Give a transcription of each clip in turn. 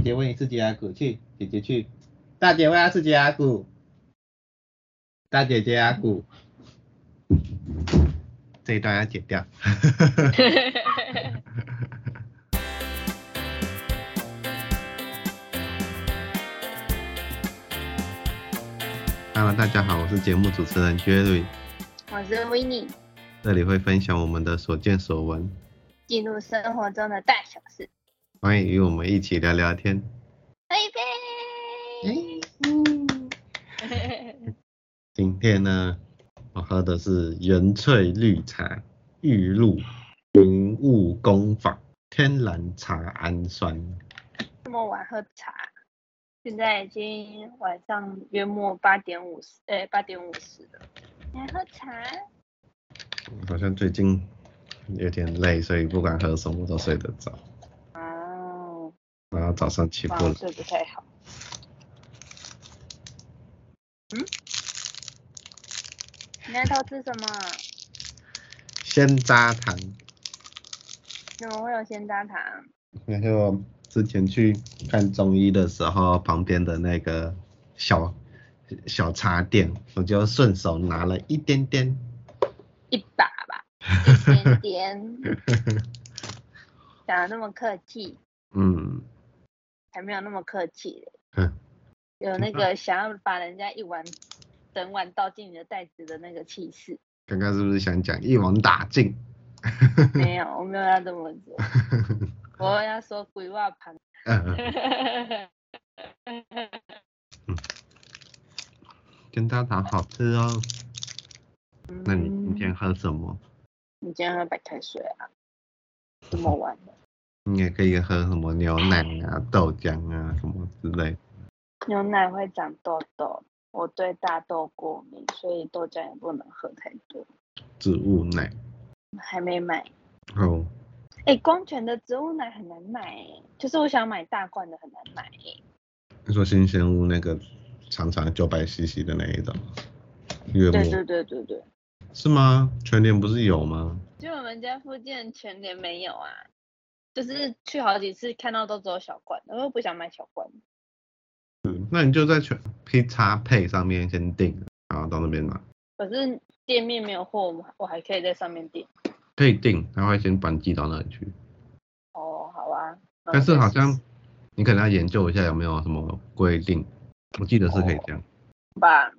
姐问你吃吉拉骨，去，姐姐去。大姐我要吃吉拉骨，大姐吉拉骨。这一段要剪掉。Hello， 大家好，我是节目主持人 Jerry， 我是 Winnie， 这里会分享我们的所见所闻， 记录生活中的大小事， 欢迎与我们一起聊聊天。 喝一杯。 今天呢，我喝的是原萃绿茶玉露云雾工坊天然茶氨酸。 这么晚喝茶？现在已经晚上约莫8点50了。你还喝茶？ 好像最近有点累，所以不管喝什么都睡得着。 哦。 然后早上起不来。 睡不太好。你在偷吃什么？ 鲜榨糖。 怎么会有鲜榨糖？ 那就之前去看中医的时候，旁边的那个小茶店，我就顺手拿了一点点， 一把吧，一点点。讲得那么客气。还没有那么客气嘞。有那个想要把人家整碗倒进你的袋子的那个气势。 刚刚是不是想讲一网打尽？ 没有，我没有要这么做。我要说鬼话旁。 鲜榨糖好吃哦。那你今天喝什么？ 你今天喝白开水啊？这么晚了。 你也可以喝什么牛奶啊、豆浆啊什么之类的。 牛奶会长痘痘，我对大豆过敏，所以豆浆也不能喝太多。 植物奶还没买。 哦。 光泉的植物奶很难买就是我想买大罐的很难买你说新鲜屋那个长长900cc 的那一种？ 对。 是吗？全联不是有吗？ 就我们家附近全联没有啊，就是去好几次看到都只有小罐，我又不想买小罐。 那你就在P-Pay上面先订，然后到那边拿。可是店面没有货，我还可以在上面订。 可以订，他会先把你寄到那里去。 哦，好啊。 但是好像你可能要研究一下有没有什么规定，我记得是可以这样。 吧。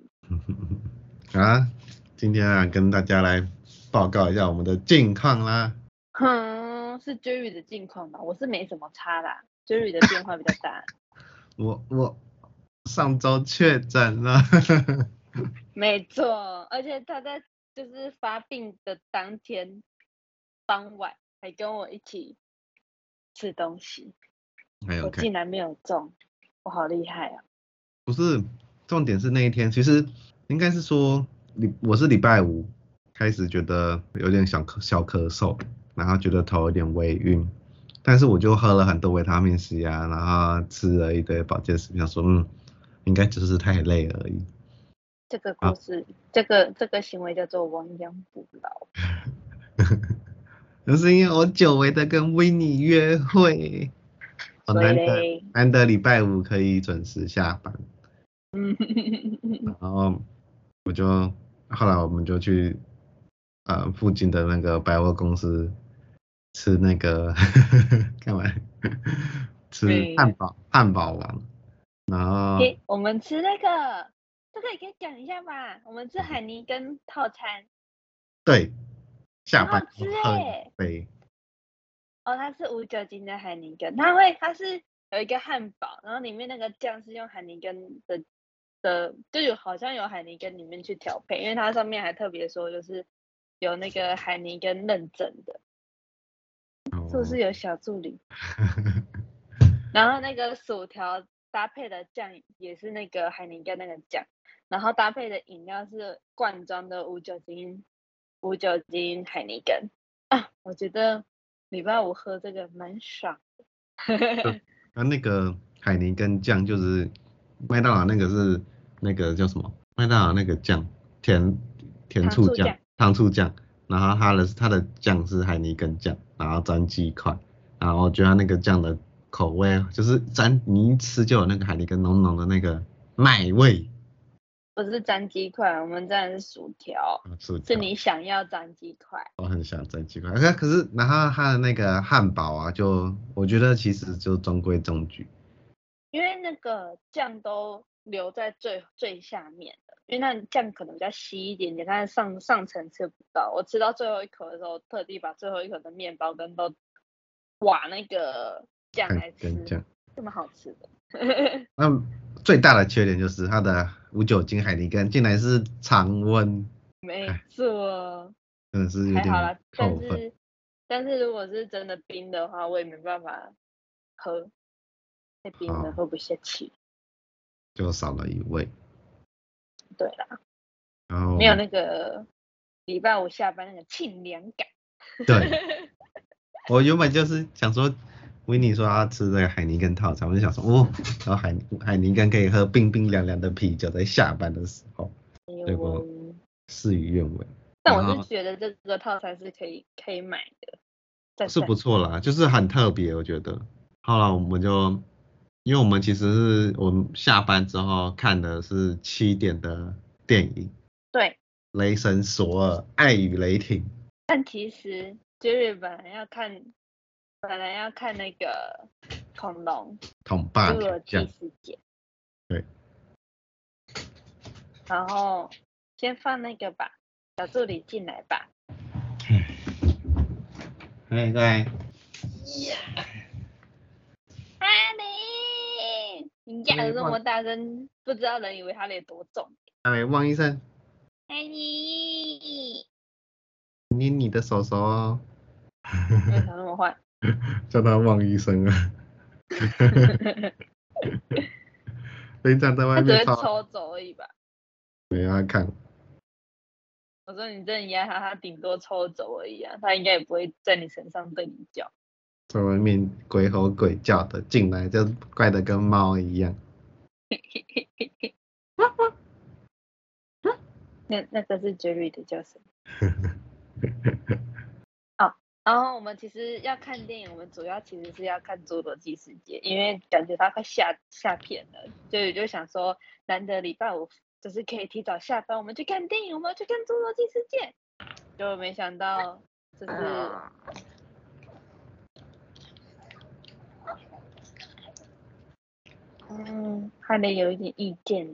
今天跟大家来报告一下我们的近况啦。 是 Jerry 的近况吧，我是没什么差啦。Jerry 的变化比较大。 我上周确诊了。 没错，而且他在就是发病的当天傍晚还跟我一起吃东西。我竟然没有中，我好厉害啊！ 不是，重点是那一天，其实应该是说我是礼拜五开始觉得有点小咳嗽，然后觉得头有点微晕，但是我就喝了很多维他命 C 啊，然后吃了一堆保健食品，想说应该只是太累而已。 这个故事，这个行为叫做亡羊补牢。 就是因为我久违的跟维尼约会，难得礼拜五可以准时下班。然后后来我们就去附近的那个百货公司吃那个干嘛？吃汉堡王。然后我们吃那个，这个也可以讲一下吧。我们吃海尼根套餐。 对，下班很好吃对。 它是无酒精的海尼根，它是有一个汉堡，然后里面那个酱是用海尼根的，就好像有海尼根里面去调配，因为它上面还特别说就是有那个海尼根认证的。是不是有小助理？然后那个薯条搭配的酱也是那个海尼根那个酱，然后搭配的饮料是罐装的无酒精海尼根我觉得礼拜五喝这个蛮爽的。 那个海尼根酱就是麦当劳那个是那个叫什么？麦当劳那个酱甜醋酱、糖醋酱，然后它的酱是海尼根酱，然后沾鸡块，然后我觉得它那个酱的口味，就是你一吃就有那个海尼根浓浓的那个麦味。 不是沾鸡块，我们沾的是薯条，是你想要沾鸡块。 我很想沾鸡块，可是然后它的那个汉堡啊，我觉得其实就中规中矩， 因为那个酱都留在最下面的，因为那酱可能比较稀一点点，但是上层吃不到。我吃到最后一口的时候，特地把最后一口的面包跟都挖那个酱来吃，这么好吃的。 那最大的缺点就是它的无酒精海尼根竟然是常温， 没错， 真的是有点还好啦， 扣分。 但是如果是真的冰的话，我也没办法喝，太冰了喝不下去， 就少了一味。 对啦， 然后没有那个礼拜五下班那个清凉感。 对，我原本就是想说。维尼说要吃这个海尼根套餐，我就想说，然后海尼根可以喝冰冰凉凉的啤酒，在下班的时候，结果事与愿违。 但我是觉得这个套餐是可以买的， 是不错啦，就是很特别，我觉得。后来我们就，因为我们其实是我们下班之后看的是7点的电影， 对， 雷神索尔爱与雷霆。 但其实Jerry本来要看那个恐龙统霸侏罗纪世界， 对， 然后先放那个吧，小助理进来吧。 对。 哈利，你叫的这么大声，不知道人以为哈利多重。 汪医生。 哈利， 捏你的手手哦。 为啥那么坏？ 叫他汪医生啊。队长在外面他只会抽走而已吧？ 没有看。 我说你真的压他顶多抽走而已啊，他应该也不会在你身上对你叫。 在外面鬼吼鬼叫的，进来就怪得跟猫一样。 那个是 Jerry 的叫声。哦，然后我们其实要看电影，我们主要其实是要看《侏罗纪世界》，因为感觉它快下片了，所以就想说，难得礼拜五就是可以提早下班，我们去看电影，我们要去看《侏罗纪世界》，就没想到就是还得有一点意见。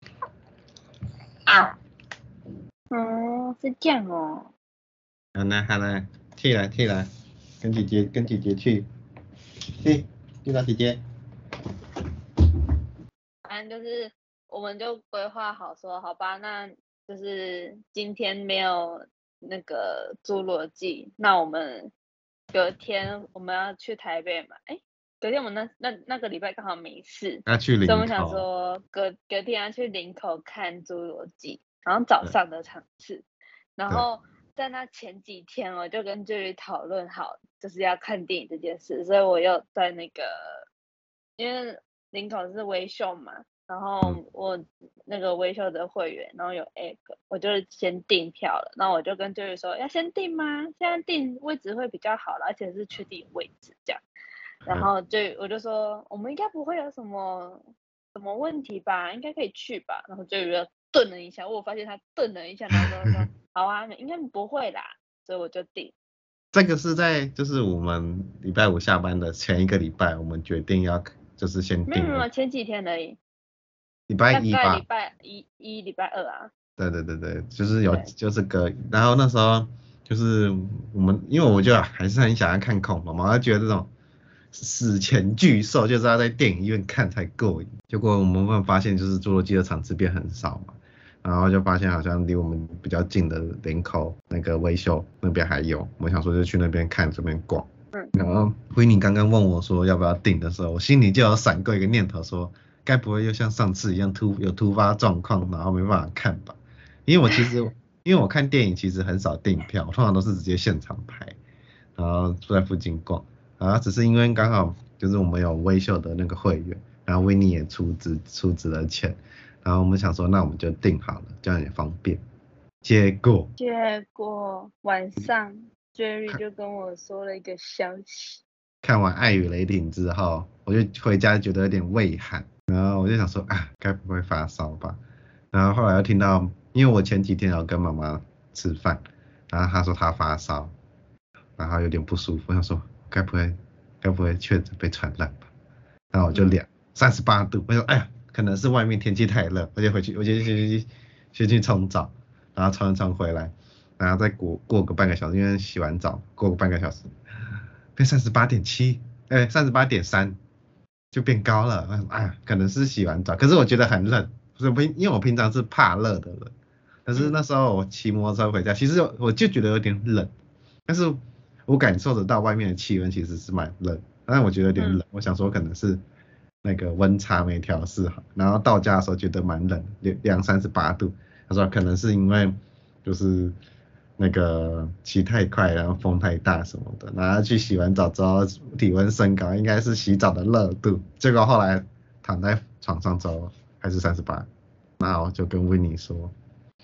啊，是这样哦。 好了，去了，跟姐姐去，去找姐姐。 反正就是我们就规划好说，好吧，那就是今天没有那个侏罗纪，那我们隔天我们要去台北嘛，隔天我们那个礼拜刚好没事， 要去林口， 所以我们想说隔天要去林口看侏罗纪，然后早上的场次，然后在那前几天我就跟Jerry讨论好，就是要看电影这件事，所以我又在那个，因为林口是微秀嘛，然后我那个微秀的会员，然后有 app， 我就先订票了，然后我就跟Jerry说要先订吗？现在订位置会比较好了，而且是确定位置这样，然后我就说我们应该不会有什么问题吧，应该可以去吧，然后Jerry顿了一下，我发现他顿了一下，然后说好啊，应该不会啦，所以我就订。 这个是在就是我们礼拜五下班的前一个礼拜，我们决定要就是先订。 没有，前几天而已。 礼拜一吧。 大概礼拜一、礼拜二啊。 对，就是就是然后那时候就是我们，因为我就还是很想要看恐龙嘛，我觉得这种史前巨兽就是要在电影院看才过瘾。结果我们发现就是侏罗纪的场次变很少嘛，然后就发现好像离我们比较近的林口那个威秀那边还有，我想说就去那边看这边逛。然后辉宁刚刚问我说要不要订的时候，我心里就有闪过一个念头说，该不会又像上次一样有突发状况，然后没办法看吧？因为我看电影其实很少订票，通常都是直接现场排，然后住在附近逛，然后只是因为刚好就是我们有微秀的那个会员，然后维尼也出资了钱，然后我们想说那我们就订好了，这样也方便。结果晚上 Jerry 就跟我说了一个消息， 看完《爱与雷霆》之后，我就回家觉得有点畏寒，然后我就想说啊，该不会发烧吧？然后后来又听到，因为我前几天有跟妈妈吃饭，然后她说她发烧，然后有点不舒服，我想说该不会确诊被传染吧？然后我就38度，我说哎呀，可能是外面天气太热，我就回去，我就先去冲澡，然后冲回来，然后再过个半个小时，因为洗完澡过个半个小时，变38.7，38.3，就变高了。哎呀，可能是洗完澡，可是我觉得很冷，因为我平常是怕热的人，可是那时候我骑摩托车回家，其实我就觉得有点冷，但是我感受得到外面的气温其实是蛮冷，但我觉得有点冷，我想说可能是那个温差没调试好，然后到家的时候觉得蛮冷，38度，他说可能是因为就是那个骑太快，然后风太大什么的，然后去洗完澡之后体温升高，应该是洗澡的热度，结果后来躺在床上之后还是38，然后就跟温妮说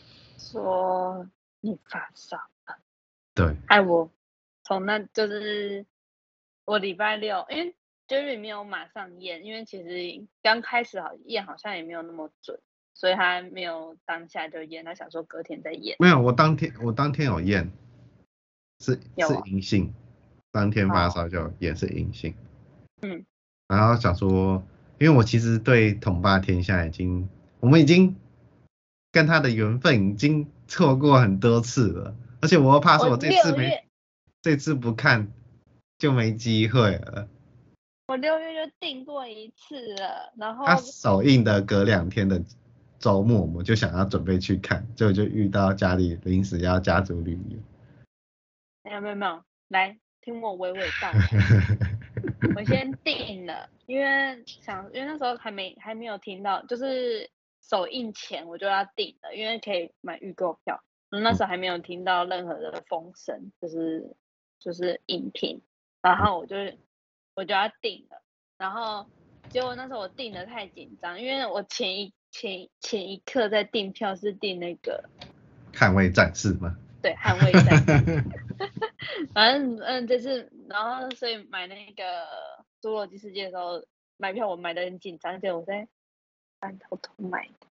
你发烧了， 对， 我从那就是我礼拜六，因为 Jerry 没有马上验，因为其实刚开始验好像也没有那么准，所以他没有当下就验，他想说隔天再验。 没有，我当天有验，是有阴性，当天发烧就验是阴性。 嗯。 然后想说，因为我其实对统霸天下我们已经跟他的缘分已经错过很多次了，而且我又怕说我这次不看就没机会了。 我6月就订过一次了，然后他首映的隔2天的周末，我就想要准备去看，结果就遇到家里临时要家族旅游。 没有，来听我娓娓道来。我先订了，因为那时候还没有听到，就是首映前我就要订了，因为可以买预购票。那时候还没有听到任何的风声，就是影评，然后我就要订了，然后结果那时候我订的太紧张，因为我前一刻在订票是订那个捍卫战士吗？ 对，捍卫战士。反正这次，然后所以买那个侏罗纪世界的时候，买票我买的很紧张，结果我在偷偷买的，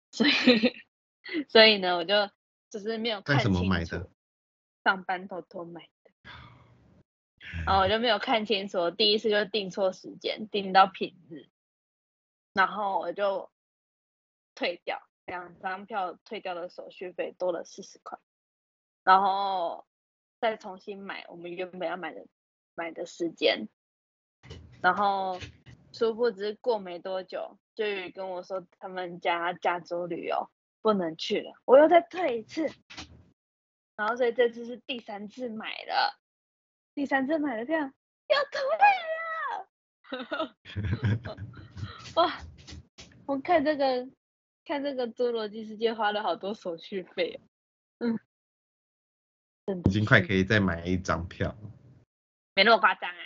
所以呢，我就是没有看清楚。 在什么买的？ 上班偷偷买的，然后我就没有看清楚，第一次就订错时间，订到平日，然后我就退掉2张票，退掉的手续费多了40块，然后再重新买我们原本要买的时间，然后殊不知过没多久，就有人跟我说他们家加州旅游不能去了，我又再退一次，然后所以这次是第3次买了，票要退了。哇，我看这个侏罗纪世界花了好多手续费哦。 已经快可以再买1张票了， 没那么夸张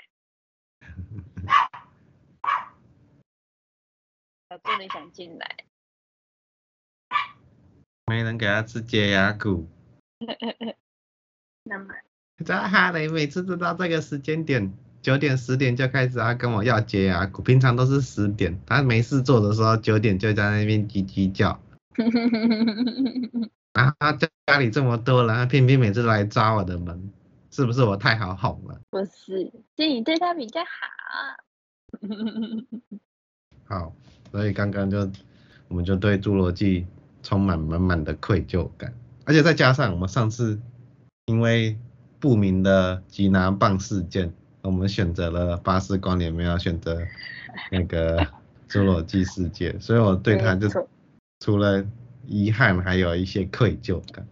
小助理想进来， 没人给他吃洁牙骨。 那么哈雷每次都到这个时间点，9点10点就开始跟我要洁牙骨，平常都是10点，他没事做的时候9点就在那边叽叽叫。然后他家里这么多人，他偏偏每次都来抓我的门，是不是我太好哄了？ 不是，是你对他比较好。 好，所以刚刚我们就对侏罗纪充满满满的愧疚感，而且再加上我们上次因为不明的吉拿棒事件，我们选择了巴斯光年，没有选择那个侏罗纪世界，所以我对他就除了遗憾，还有一些愧疚感。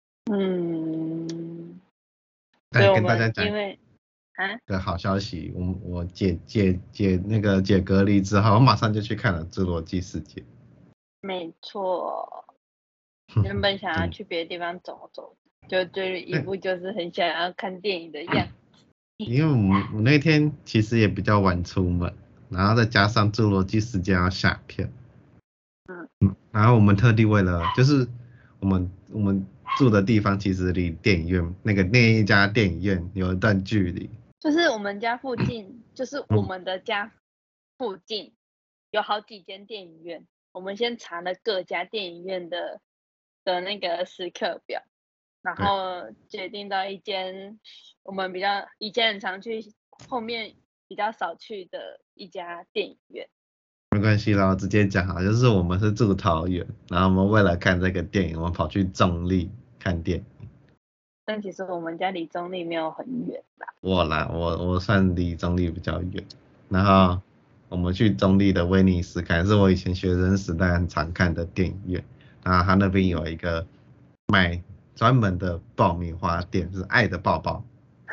但跟大家讲个好消息，我解那个解隔离之后，我马上就去看了侏罗纪世界。没错，原本想要去别的地方走走，就一部就是很想要看电影的样子。 因为我那天其实也比较晚出门，然后再加上侏罗纪世界要下片，然后我们特地为了就是我们住的地方其实离电影院那一家电影院有一段距离， 就是我们家附近，就是我们的家附近有好几间电影院。我们先查了各家电影院的那个时刻表，然后决定到一间我们以前很常去，后面比较少去的一家电影院。 没关系啦，我直接讲好，就是我们是住桃园，然后我们为了看这个电影，我们跑去中立看电影。 但其实我们家离中立没有很远啦。 我算离中立比较远，然后我们去中立的威尼斯看，是我以前学生时代很常看的电影院，然后他那边有一个卖专门的爆米花店，是爱的爆爆。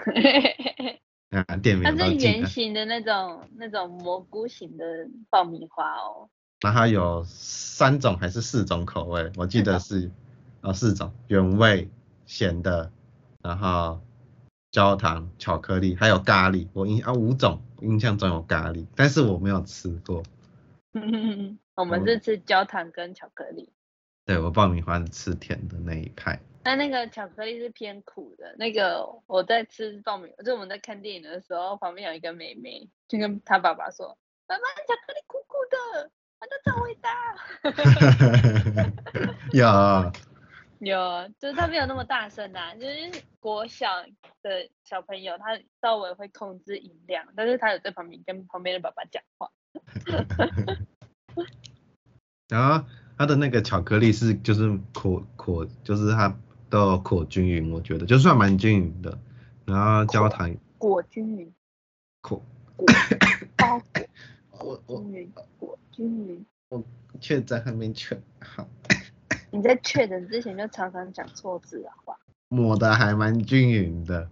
店名它是圆形的那种蘑菇型的爆米花哦。 然后有3种还是4种口味，我记得是4种，原味、咸的，然后焦糖、巧克力，还有咖喱。5种，印象中有咖喱，但是我没有吃过。 我们是吃焦糖跟巧克力。 对，我爆米花是吃甜的那一派。 那个巧克力是偏苦的。那个我在吃爆米，就我们在看电影的时候，旁边有一个妹妹就跟她爸爸说：“爸爸，巧克力苦苦的，它就超伟大。”有，就是他没有那么大声啊，就是国小的小朋友，他稍微会控制音量，但是他有在旁边跟旁边的爸爸讲话。 然后它的那个巧克力就是就是它都有裹均匀，我觉得就算蛮均匀的。然后焦糖裹均匀，包裹均匀，裹均匀。 我确在那边确好。 你在确诊之前就常常讲错字啊，好吧？ 抹的还蛮均匀的。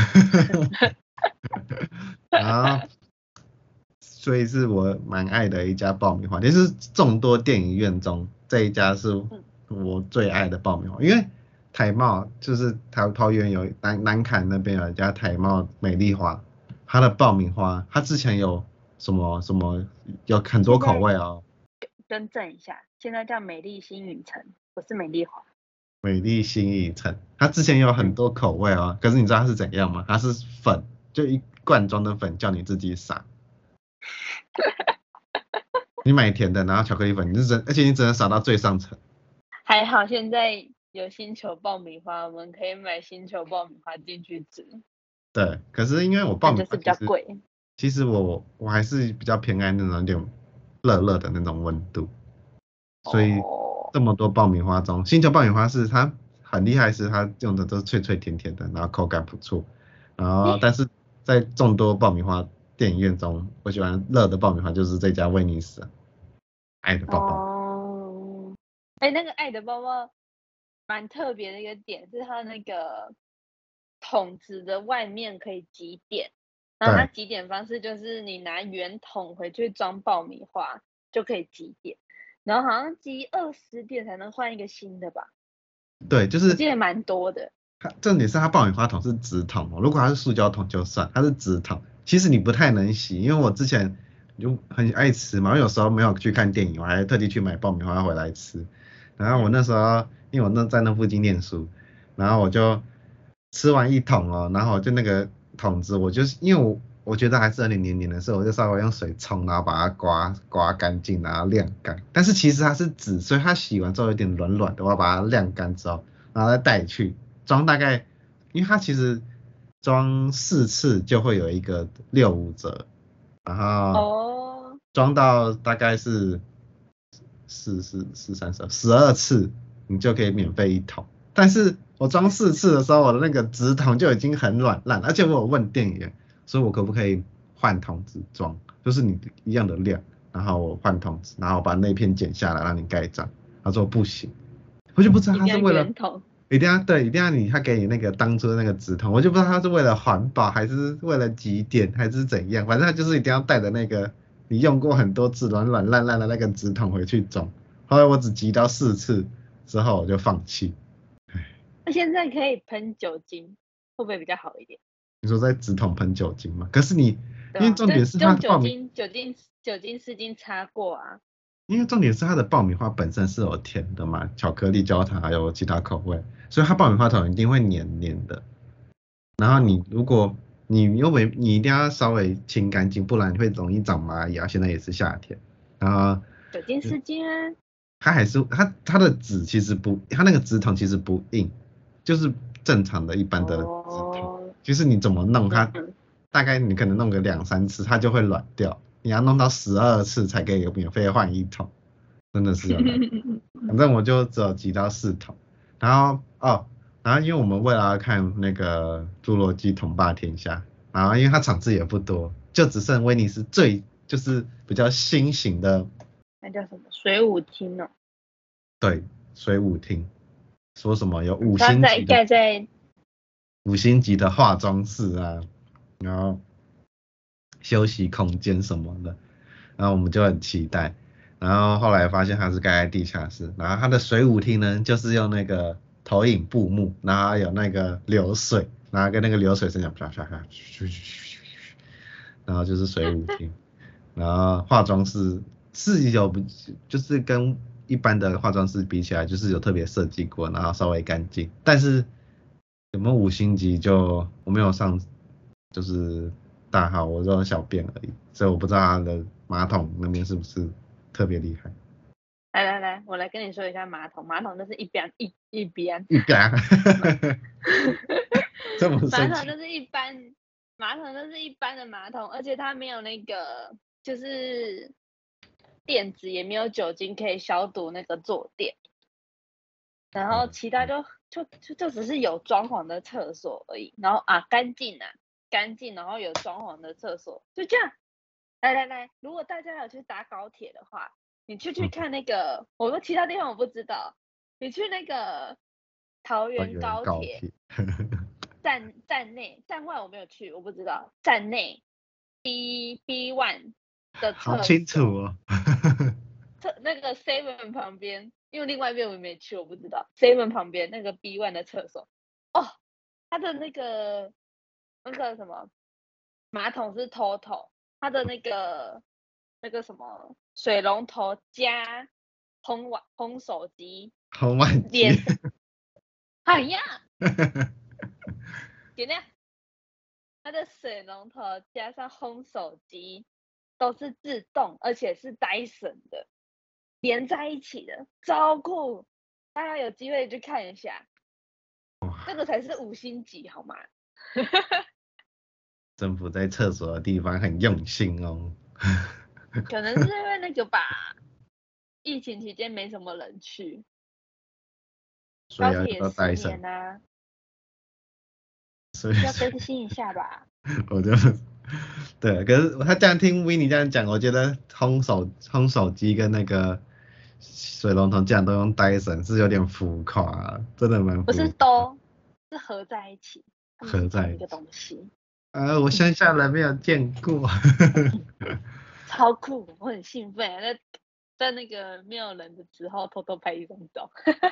然后所以是我蛮爱的一家爆米花，也是众多电影院中这一家是我最爱的爆米花，因为台茂就是桃园有南坎那边有一家台茂美丽华，它的爆米花它之前有什么有很多口味哦。 更正一下，现在叫美丽新影城，不是美丽华。 美丽新影城，它之前有很多口味哦，可是你知道它是怎样吗？它是粉，就一罐装的粉，叫你自己撒。你买甜的，然后巧克力粉，而且你只能撒到最上层。 还好现在有星球爆米花，我们可以买星球爆米花进去吃。 对，可是因为我爆米花就是比较贵。 其实我还是比较偏爱那种有点热热的那种温度，所以这么多爆米花中，星球爆米花是它很厉害，是它用的都是脆脆甜甜的，然后口感不错。然后但是在众多爆米花电影院中，我喜欢热的爆米花就是这家威尼斯爱的爆爆。 那个爱的爆爆蛮特别的一个点是它那个桶子的外面可以集点，然后它集点方式就是你拿圆桶回去装爆米花就可以集点，然后好像集20点才能换一个新的吧？ 对，就是我记得蛮多的。 重点是它爆米花桶是纸桶哦，如果它是塑胶桶就算，它是纸桶，其实你不太能洗，因为我之前就很爱吃嘛，我有时候没有去看电影，我还特地去买爆米花回来吃。然后我那时候因为我在那附近念书，然后我就吃完一桶哦，然后就那个桶子，我就是因为我觉得还是有点黏黏的，所以我就稍微用水冲，然后把它刮干净，然后晾干。但是其实它是纸，所以它洗完之后有点软软的，我要把它晾干之后，然后再带去装大概，因为它其实装4次就会有一个65折，然后装到大概是12次，你就可以免费1桶。但是我装4次的时候，我的那个纸桶就已经很软烂，而且我有问店员，所以我可不可以换桶子装，就是你一样的量，然后我换桶子，然后把那片剪下来让你盖章。他说不行，我就不知道他是为了一定要他给你那个当初那个纸筒，我就不知道他是为了环保还是为了集点还是怎样，反正他就是一定要带着那个你用过很多次软软烂烂的那个纸筒回去装。后来我只集到4次之后我就放弃。 那现在可以喷酒精，会不会比较好一点？ 你说在纸筒喷酒精吗？可是你因为重点是它酒精湿巾擦过啊。 因为重点是它的爆米花本身是有甜的嘛，巧克力、焦糖还有其他口味，所以它爆米花桶一定会黏黏的。然后你如果你一定要稍微清干净，不然会容易长蚂蚁啊。现在也是夏天，然后酒精时间。 它还是它的纸其实不，它那个纸筒其实不硬，就是正常的一般的纸筒。就是你怎么弄它，大概你可能弄个2-3次，它就会软掉。你要弄到12次才可以免费换一桶，真的是有难。反正我就只有集到4桶，然后因为我们为了要看那个侏罗纪统霸天下，然后因为它场次也不多，就只剩威尼斯就是比较新型的。 那叫什么水舞厅哦？ 对，水舞厅，说什么有5星级的化妆室啊，然后休息空间什么的，然后我们就很期待，然后后来发现它是盖在地下室，然后它的水舞厅呢就是用那个投影布幕，然后有那个流水，然后跟那个流水声响啪啪啪，然后就是水舞厅，然后化妆室是有就是跟一般的化妆室比起来，就是有特别设计过，然后稍微干净，但是有没有5星级就我没有上，就是大号，我只有小便而已，所以我不知道它的马桶那边是不是特别厉害。 来，我来跟你说一下马桶就是一边， 这么马桶就是一般，马桶就是一般的马桶，而且它没有那个就是垫子，也没有酒精可以消毒那个坐垫，然后其他就只是有装潢的厕所而已，然后干净，然后有装潢的厕所，就这样。来，如果大家有去搭高铁的话，你去看那个，我说其他地方我不知道，你去那个桃园高铁站内，站外我没有去，我不知道，站内 B1 的厕所， 好清楚哦。 那个 7 旁边，因为另外一边我没去，我不知道 7 旁边那个 B1 的厕所，它的那个什么马桶是 TOTO， 它的那个什么水龙头加烘手机， 烘碗机， 哎呀，点亮，它的水龙头加上烘手机都是自动，而且是 Dyson 的，连在一起的，超酷！大家有机会去看一下，这个才是5星级好吗？ 政府在厕所的地方很用心哦。 可能是因为那个吧，疫情期间没什么人去，高铁也10年啊， 所以要更新一下吧。 我就对，可是他这样听维尼这样讲，我觉得烘手机跟那个水龙头这样都用Dyson是有点浮夸，真的蛮浮夸。 不是是合在一起， 合在一个东西。 我乡下人没有见过。 超酷，我很兴奋，在那个没有人的时候偷偷拍一张照。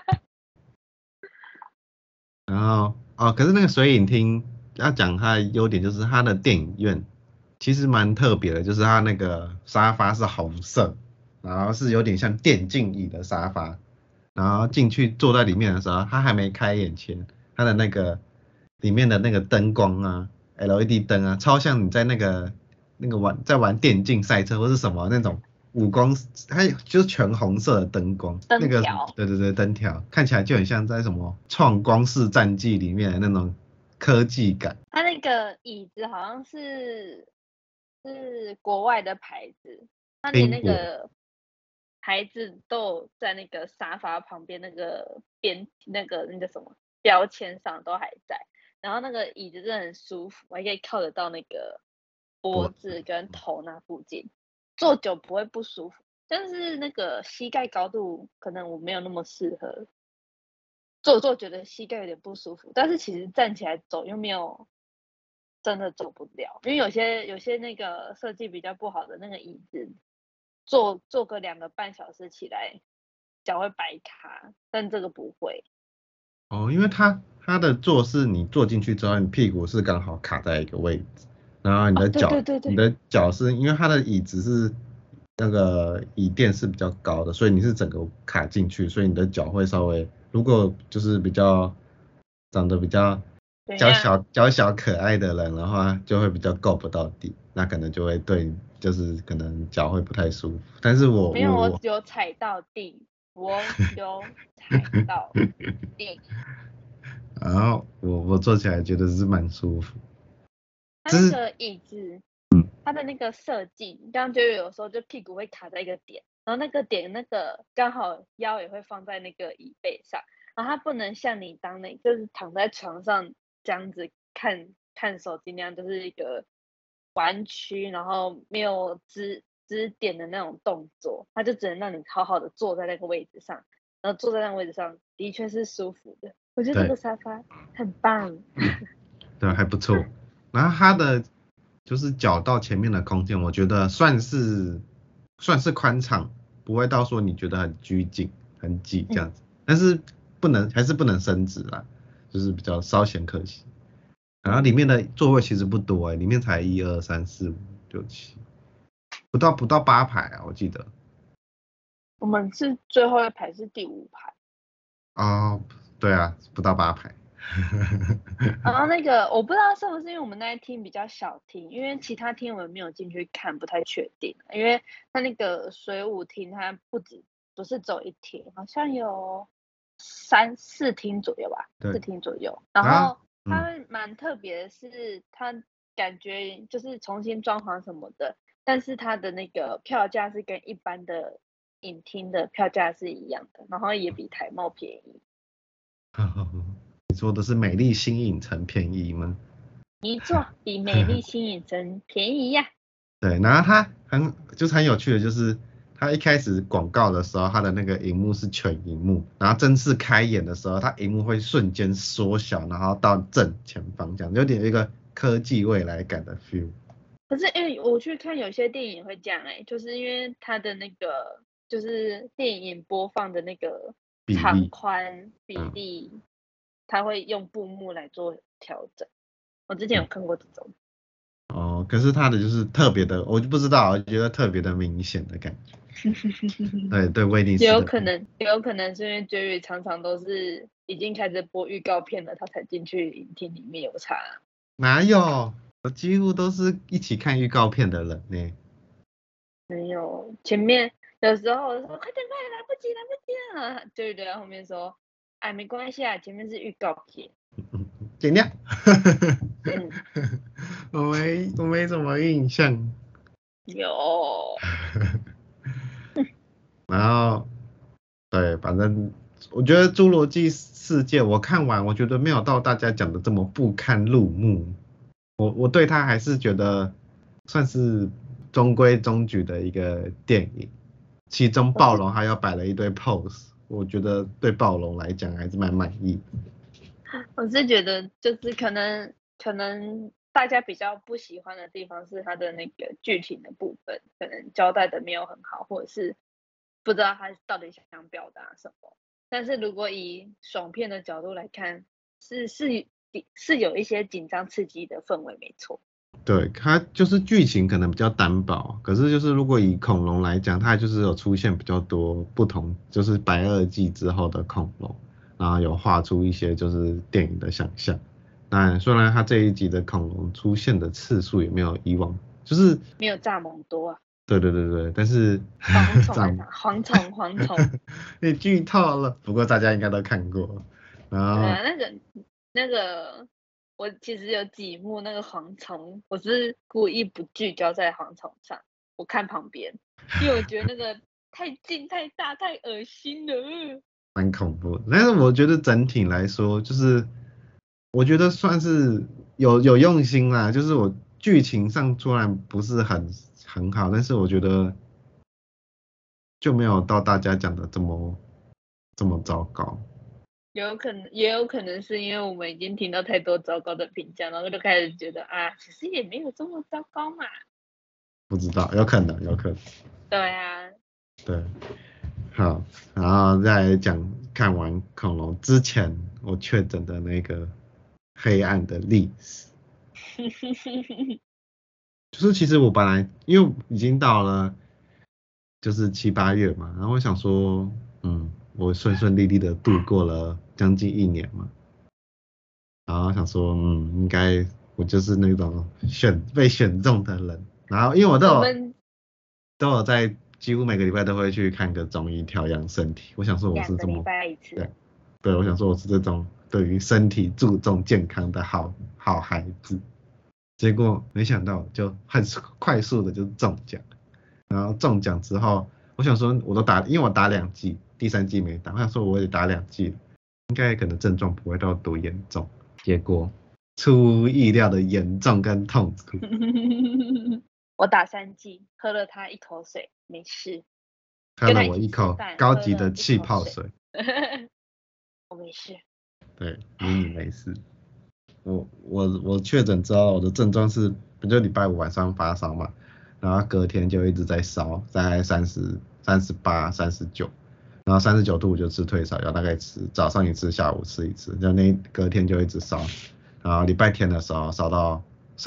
然后可是那个水影厅要讲它的优点，就是它的电影院其实蛮特别的，就是它那个沙发是红色，然后是有点像电竞椅的沙发，然后进去坐在里面的时候，它还没开眼前，它的那个里面的那个灯光啊，LED 灯啊，超像你在那个玩电竞赛车或是什么那种五光，它就是全红色的灯光， 灯条， 对，灯条看起来就很像在什么创光式战记里面的那种科技感。 它那个椅子好像是国外的牌子，它连那个牌子都在那个沙发旁边那个那个什么标签上都还在，然后那个椅子真的很舒服，还可以靠得到那个脖子跟头那附近，坐久不会不舒服，但是那个膝盖高度可能我没有那么适合，坐觉得膝盖有点不舒服，但是其实站起来走又没有真的走不了，因为有些那个设计比较不好的那个椅子，坐个2个半小时起来脚会白卡，但这个不会。 因为它的坐是你坐进去之后，你屁股是刚好卡在一个位置，然后你的脚， 对， 你的脚是因为它的椅子是那个椅垫是比较高的，所以你是整个卡进去，所以你的脚会稍微，如果就是长得比较娇小可爱的人的话，就会比较够不到底，那可能就会就是可能脚会不太舒服。但是没有，我有踩到地，我有踩到地。 然后我坐起来觉得是蛮舒服。 它那个椅子，它的那个设计，刚刚就有时候就屁股会卡在一个点，然后那个点刚好腰也会放在那个椅背上，然后它不能像你就是躺在床上这样子看手机那样，就是一个弯曲，然后没有支点的那种动作，它就只能让你好好的坐在那个位置上，然后坐在那个位置上的确是舒服的，我觉得这个沙发很棒。 对，还不错。然后它的就是脚到前面的空间，我觉得算是宽敞，不会到说你觉得很拘谨、很挤这样子。但是还是不能伸直啦，就是比较稍显可惜。然后里面的座位其实不多里面才1、2、3、4、5、6、7，不到8排啊，我记得。 我们是最后一排是第5排。 哦，对啊，不到8排。 然后那个我不知道是不是因为我们那一厅比较小厅，因为其他厅我们没有进去看，不太确定。因为它那个水舞厅它不是走一厅，好像有3、4厅左右吧，4厅左右。然后它蛮特别的是，它感觉就是重新装潢什么的，但是它的那个票价是跟一般的影厅的票价是一样的，然后也比台茂便宜。 你说的是美丽新影城便宜吗？ 没错，比美丽新影城便宜呀。 对，然后它很有趣的，就是它一开始广告的时候，它的那个荧幕是全荧幕，然后正式开演的时候，它荧幕会瞬间缩小，然后到正前方这样，有点一个科技未来感的 feel。 可是因为我去看有些电影会这样就是因为它的那个就是电影播放的那个长宽比例，它会用布幕来做调整。我之前有看过这种。 哦，可是它的就是特别的，我就不知道，我觉得特别的明显的感觉。对，威尼斯也有可能是因为 Jerry 常常都是已经开始播预告片了，他才进去影厅里面有差。 哪有？我几乎都是一起看预告片的人呢。 没有，前面有时候我说快点，来不及了，就在后面说，哎，没关系啊，前面是预告片。 剪掉。我没什么印象。 有。 然后对，反正我觉得《侏罗纪世界》我看完，我觉得没有到大家讲的这么不堪入目。我对它还是觉得算是中规中矩的一个电影。其中暴龙还要摆了一堆 pose， 我觉得对暴龙来讲还是蛮满意。 我是觉得就是可能大家比较不喜欢的地方是它的那个剧情的部分，可能交代的没有很好，或者是不知道他到底想表达什么。但是如果以爽片的角度来看，是有一些紧张刺激的氛围，没错。 对，它就是剧情可能比较单薄，可是就是如果以恐龙来讲，它就是有出现比较多不同，就是白垩纪之后的恐龙，然后有画出一些就是电影的想象。那虽然它这一集的恐龙出现的次数也没有以往，就是没有蚱蜢多啊。 对，但是蝗虫， 你剧透了，不过大家应该都看过。然后那个，我其实有几幕那个蝗虫，我是故意不聚焦在蝗虫上，我看旁边，因为我觉得那个太近、太大、太恶心了， 蛮恐怖的。但是我觉得整体来说，就是我觉得算是有用心啦，就是我剧情上虽然不是很好，但是我觉得就没有到大家讲的这么糟糕。 也有可能是因为我们已经听到太多糟糕的评价，然后就开始觉得啊，其实也没有这么糟糕嘛。 不知道，有可能。 对啊。 对，好，然后再来讲看完恐龙之前我确诊的那个黑暗的历史。就是其实我本来因为已经到了就是7、8月嘛，然后我想说，我顺顺利利的度过了将近1年嘛， 然后想说，应该我就是那种被选中的人。然后因为我都有在几乎每个礼拜都会去看个中医调养身体。我想说我是 2个礼这么拜一次。 对，我想说我是这种对于身体注重健康的好孩子。结果没想到就很快速的就中奖。然后中奖之后，我想说我都因为我打2剂，第3剂没打，我想说我也打2剂了，应该可能症状不会到多严重。结果出乎意料的严重跟痛苦。 我打3剂，喝了他一口水，没事。 喝了我一口高级的气泡水。 我没事。对， 你没事。我确诊之后，我的症状是，就礼拜5晚上发烧嘛，然后隔天就一直在烧，在30、38、39，然后39度我就吃退烧药，大概早上1次，下午吃1次，就隔天就一直烧，然后礼拜天的时候烧到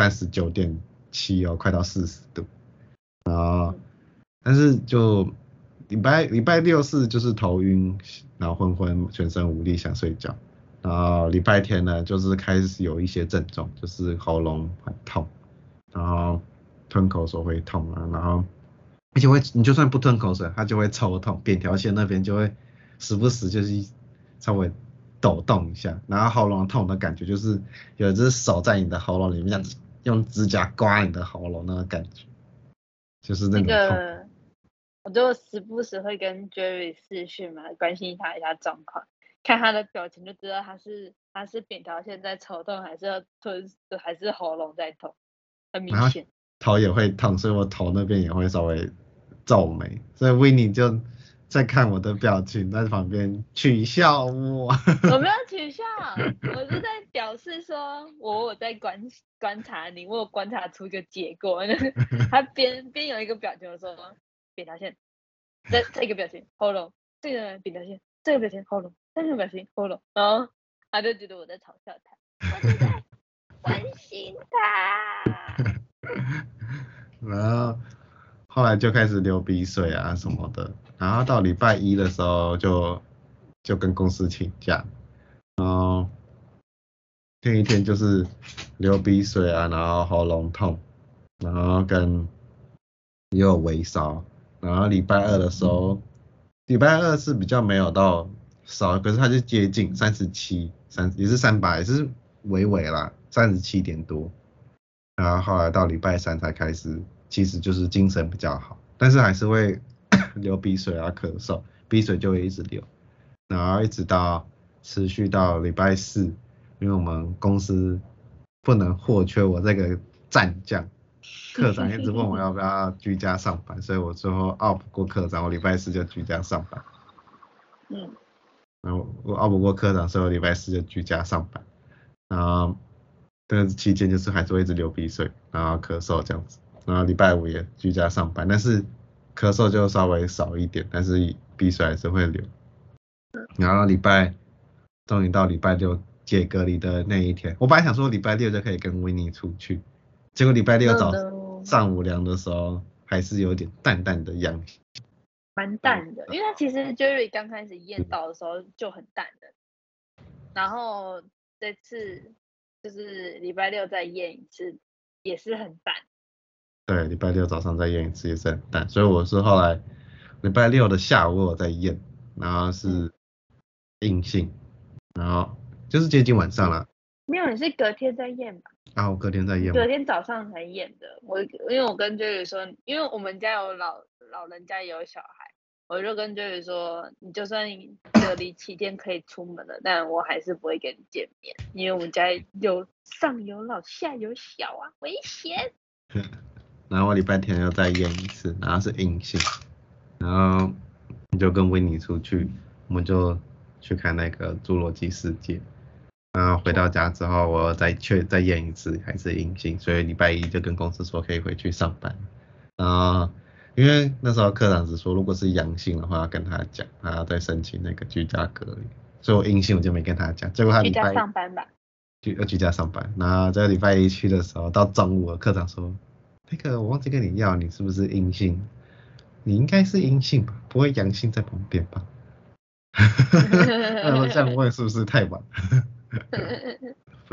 39.7快到40度，然后但是就礼拜6是就是头晕，然后昏昏，全身无力，想睡觉。然后礼拜天呢，就是开始有一些症状，就是喉咙很痛，然后吞口水会痛啊，然后而且你就算不吞口水，它就会抽痛，扁桃腺那边就会时不时就是稍微抖动一下，然后喉咙痛的感觉就是有一只手在你的喉咙里面这样子用指甲刮你的喉咙那个感觉，就是那种痛。 我就时不时会跟 Jerry 视讯嘛，关心他一下状况。看他的表情就知道他是扁桃腺在抽痛，还是还是喉咙在痛，很明显。 头也会痛，所以我头那边也会稍微皱眉，所以 Winnie 就在看我的表情，在旁边取笑我。 我没有取笑，我是在表示说我在观察你，我有观察出一个结果。他边有一个表情，我说扁桃腺，这一个表情喉咙，这个扁桃腺，这个表情喉咙。这个表情喉咙，然后他就觉得我在嘲笑他，我就在关心他。 然后后来就开始流鼻水啊什么的，然后到礼拜1的时候就跟公司请假，然后那一天就是流鼻水啊，然后喉咙痛，然后也有微烧，然后礼拜2的时候，礼拜2是比较没有到烧，可是它就接近37，也是38，也是微啦，37点多。然后后来到礼拜3才开始，其实就是精神比较好，但是还是会流鼻水啊、咳嗽，鼻水就会一直流，然后一直持续到礼拜4，因为我们公司不能或缺我这个战将。科长一直问我要不要居家上班，所以我最后拗不过科长，我礼拜4就居家上班。然后我拗不过科长，所以我礼拜4就居家上班。然后这个期间就是还是会一直流鼻水，然后咳嗽这样子。然后礼拜5也居家上班，但是咳嗽就稍微少一点，但是鼻水还是会流。然后终于到礼拜6解隔离的那一天，我本来想说礼拜6就可以跟Winnie出去，结果礼拜6上午量的时候还是有点淡淡的阳性， 蛮淡的，因为他其实 Jerry 刚开始验到的时候就很淡的，然后这次就是礼拜6再验一次也是很淡。 对，礼拜6早上再验一次也是很淡，所以我是后来礼拜6的下午我再验，然后是阴性，然后就是接近晚上了。 没有，你是隔天再验吧？ 啊，我隔天再验。 隔天早上才验的。因为我跟 Jerry 说，因为我们家有老人家也有小孩，我就跟 Jerry 说，你就算隔离7天可以出门了，但我还是不会跟你见面，因为我们家有上有老下有小啊，危险。 然后我礼拜天又再验一次，然后是阴性，然后就跟Winnie出去，我们就去看那个侏罗纪世界。然后回到家之后，我再验一次，还是阴性，所以礼拜1就跟公司说可以回去上班。然后因为那时候科长只说，如果是阳性的话要跟他讲，他要再申请那个居家隔离，所以我阴性我就没跟他讲。结果他居家上班吧， 居家上班。然后在礼拜1去的时候，到中午科长说，那个我忘记跟你要，你是不是阴性？你应该是阴性吧，不会阳性在旁边吧？那我这样问是不是太晚？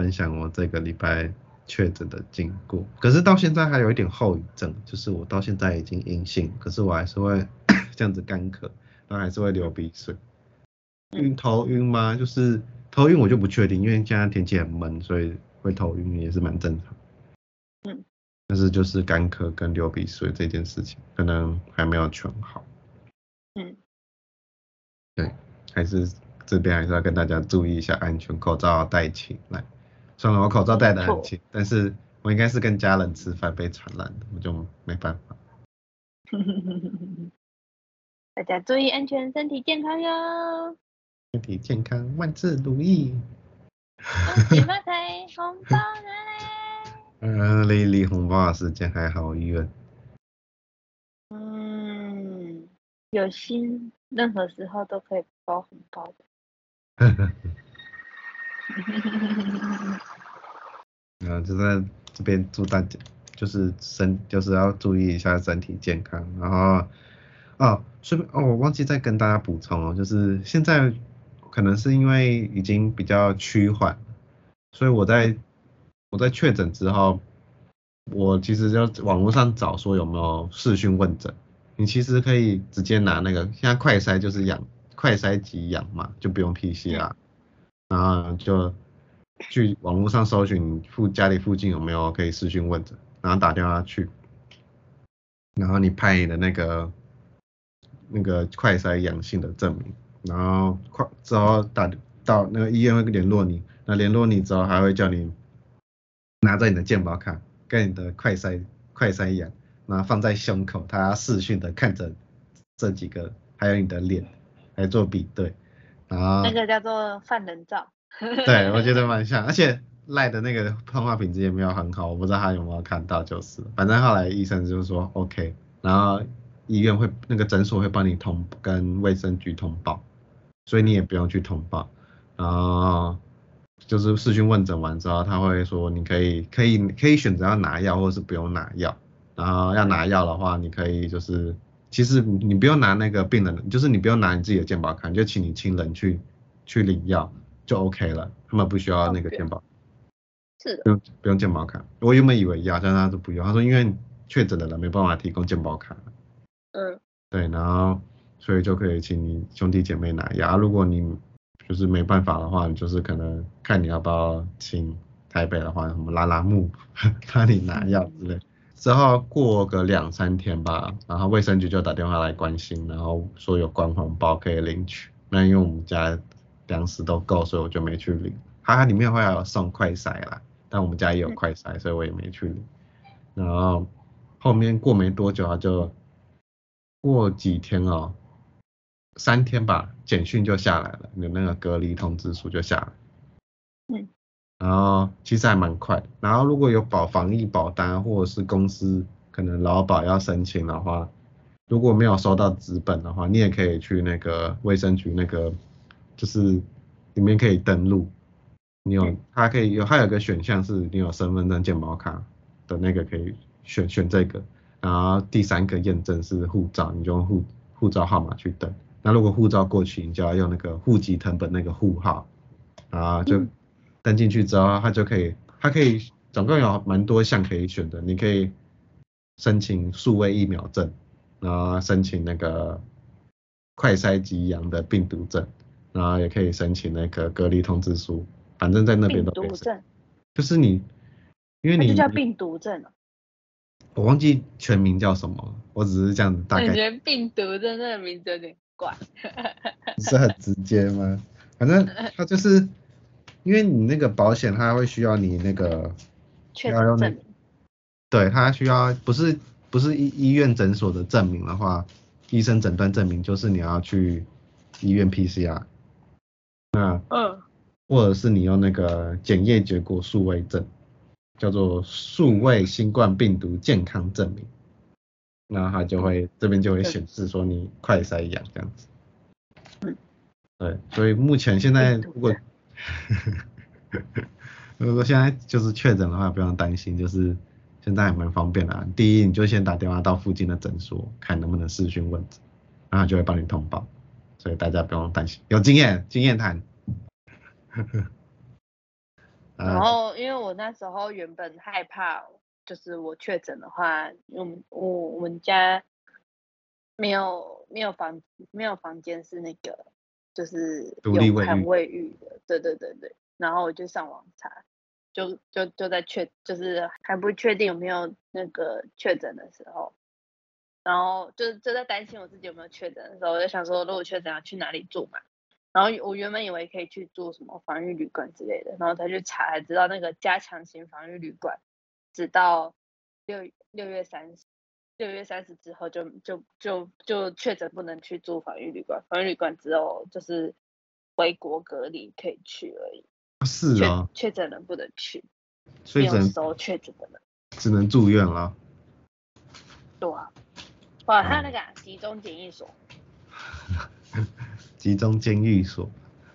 分享我这个礼拜确诊的经过。可是到现在还有一点后遗症，就是我到现在已经阴性，可是我还是会这样子干咳，然后还是会流鼻水。头晕吗？就是头晕我就不确定，因为现在天气很闷，所以会头晕也是蛮正常。但是就是干咳跟流鼻水这件事情，可能还没有全好。对，还是这边还是要跟大家注意一下安全，口罩要戴起来。虽然我口罩戴得很轻，但是我应该是跟家人吃饭被传染的，我就没办法。 大家注意安全，身体健康哟！ 身体健康，万事如意。 恭喜发财，红包拿来！ 离红包的时间还好远。 有心，任何时候都可以包红包的。 就在这边祝大家就是要注意一下身体健康，然后我忘记再跟大家补充哦，就是现在可能是因为已经比较趋缓，所以我在确诊之后，我其实就网络上找说有没有视讯问诊，你其实可以直接拿那个现在快筛就是快筛机阳嘛，就不用 PCR，然后就去网络上搜寻家里附近有没有可以视讯问诊，然后打电话去，然后你拍你的那个快筛阳性的证明，然后之后打到那个医院会联络你，那联络你之后还会叫你拿着你的健保卡跟你的快筛阳，然后放在胸口，他要视讯的看着这几个，还有你的脸来做比对，然后那个叫做犯人照。 对，我觉得蛮像，而且赖的那个通话品质也没有很好，我不知道他有没有看到，就是反正后来医生就说 OK， 然后医院那个诊所会帮你跟卫生局通报，所以你也不用去通报，然后就是视讯问诊完之后，他会说你可以选择要拿药或是不用拿药，然后要拿药的话，你可以就是其实你不用拿那个病人，就是你不用拿你自己的健保卡，你就请你亲人去领药。就 OK 了，他们不需要那个健保， 是的， 不用健保卡。我原本以为要，但他说不用，他说因为确诊的人没办法提供健保卡。对，然后所以就可以请你兄弟姐妹拿药，如果你就是没办法的话，你就是可能看你要不要请台北的话，什么拉拉木帮你拿药之类。之后过个2-3天吧，然后卫生局就打电话来关心，然后说有关红包可以领取。那因为我们家粮食都够，所以我就没去领。它里面会有送快筛啦，但我们家也有快筛，所以我也没去领。然后后面过没多久，他就过几天哦，3天吧，简讯就下来了，你的那个隔离通知书就下来。然后其实还蛮快的。然后如果有防疫保单或者是公司可能劳保要申请的话，如果没有收到纸本的话，你也可以去那个卫生局那个，就是里面可以登录，它有个选项是你有身份证、健保卡的那个可以选这个，然后第3个验证是护照，你就用护照号码去登。那如果护照过期，你就要用那个户籍誊本那个户号，然后就登进去之后，它可以总共有蛮多项可以选的，你可以申请数位疫苗证，然后申请那个快筛极阳的病毒证，然后也可以申请那个隔离通知书，反正在那边都可以申请。病毒证就是因为它就叫病毒证了。 我忘记全名叫什么，我只是这样子大概。 感觉病毒证这个名字有点怪。 是很直接吗？反正它就是因为你那个保险，它会需要你那个确诊证明。 对，它需要不是医院诊所的证明的话，医生诊断证明就是你要去医院 PCR， 或者是你用那个检验结果数位证，叫做数位新冠病毒健康证明，那它就会这边就会显示说你快筛阳这样子。对，所以目前现在如果现在就是确诊的话，不用担心，就是现在还蛮方便的啊。第一，你就先打电话到附近的诊所，看能不能视讯问诊，然后就会帮你通报，所以大家不用担心，有经验谈。 然后因为我那时候原本害怕，就是我确诊的话，因为我们家没有房间是那个就是有含卫浴的，对。然后我就上网查，就就是还不确定有没有那个确诊的时候，然后就在担心我自己有没有确诊的时候，我就想说，如果确诊要去哪里住嘛？然后我原本以为可以去住什么防疫旅馆之类的，然后才去查，才知道那个加强型防疫旅馆，直到6月30之后就确诊不能去住防疫旅馆，防疫旅馆只有就是回国隔离可以去而已。 是啊， 确诊人不能去， 所以没有收确诊的人， 只能住院了。 对啊，哇，还有那个集中检疫所。 集中监狱所。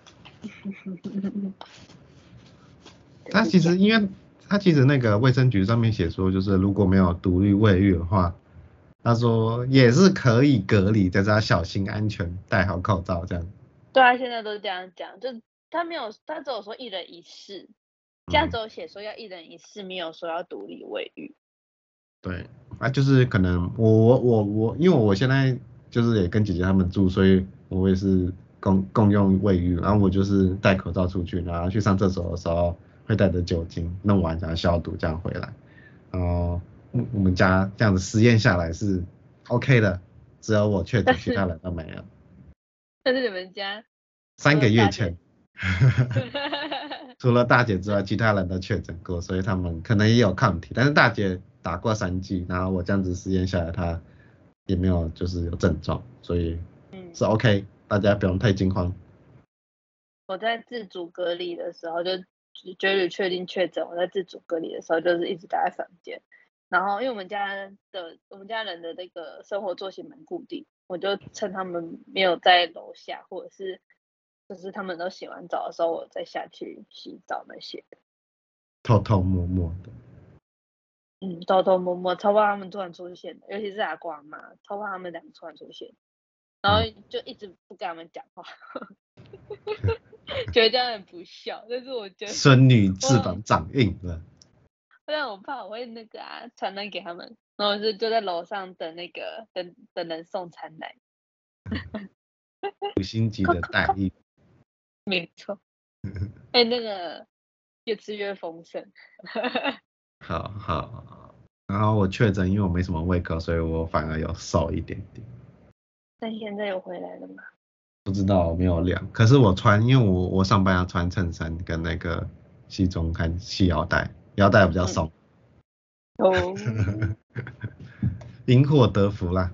他其实因为他其实那个卫生局上面写说，就是如果没有独立卫浴的话，他说也是可以隔离，但是要小心安全，戴好口罩这样。 对啊，现在都是这样讲，就他只有说一人一室，现在只有写说要一人一室，没有说要独立卫浴。 对，就是可能我，因为我现在就是也跟姐姐他们住，所以我也是共用卫浴，然后我就是戴口罩出去，然后去上厕所的时候会带着酒精，弄完然后消毒这样回来。然后我们家这样子实验下来是 OK 的，只有我确诊，其他人都没有。 但是你们家 3个月前，除了大姐之外，其他人都确诊过，所以他们可能也有抗体。但是大姐打过3剂，然后我这样子实验下来，她也没有就是有症状，所以是 OK，大家不用太惊慌。 我在自主隔离的时候，就绝对确定确诊。我在自主隔离的时候，就是一直待在房间。然后因为我们家人的那个生活作息蛮固定，我就趁他们没有在楼下，或者是就是他们都洗完澡的时候，我再下去洗澡那些的。 偷偷摸摸的。 偷偷摸摸，超怕他们突然出现的，尤其是阿公阿妈，超怕他们两个突然出现，然后就一直不跟他们讲话。觉得这样很不孝，但是我觉得孙女翅膀长硬了。 但我怕我会那个传染给他们，然后就在楼上等那个等人送餐来。 5星级的待遇。 没错。那个越吃越丰盛。 好，然后我确诊，因为我没什么胃口，所以我反而有瘦一点点。 那现在有回来了吗？ 不知道，没有量。可是我穿，因为我上班要穿衬衫跟那个西装和系腰带，腰带比较松。因祸得福啦。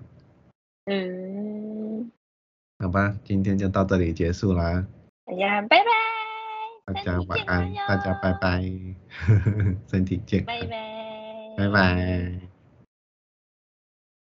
好吧，今天就到这里结束啦。 大家拜拜。 大家晚安，大家拜拜。身体健康。 拜拜。 拜拜。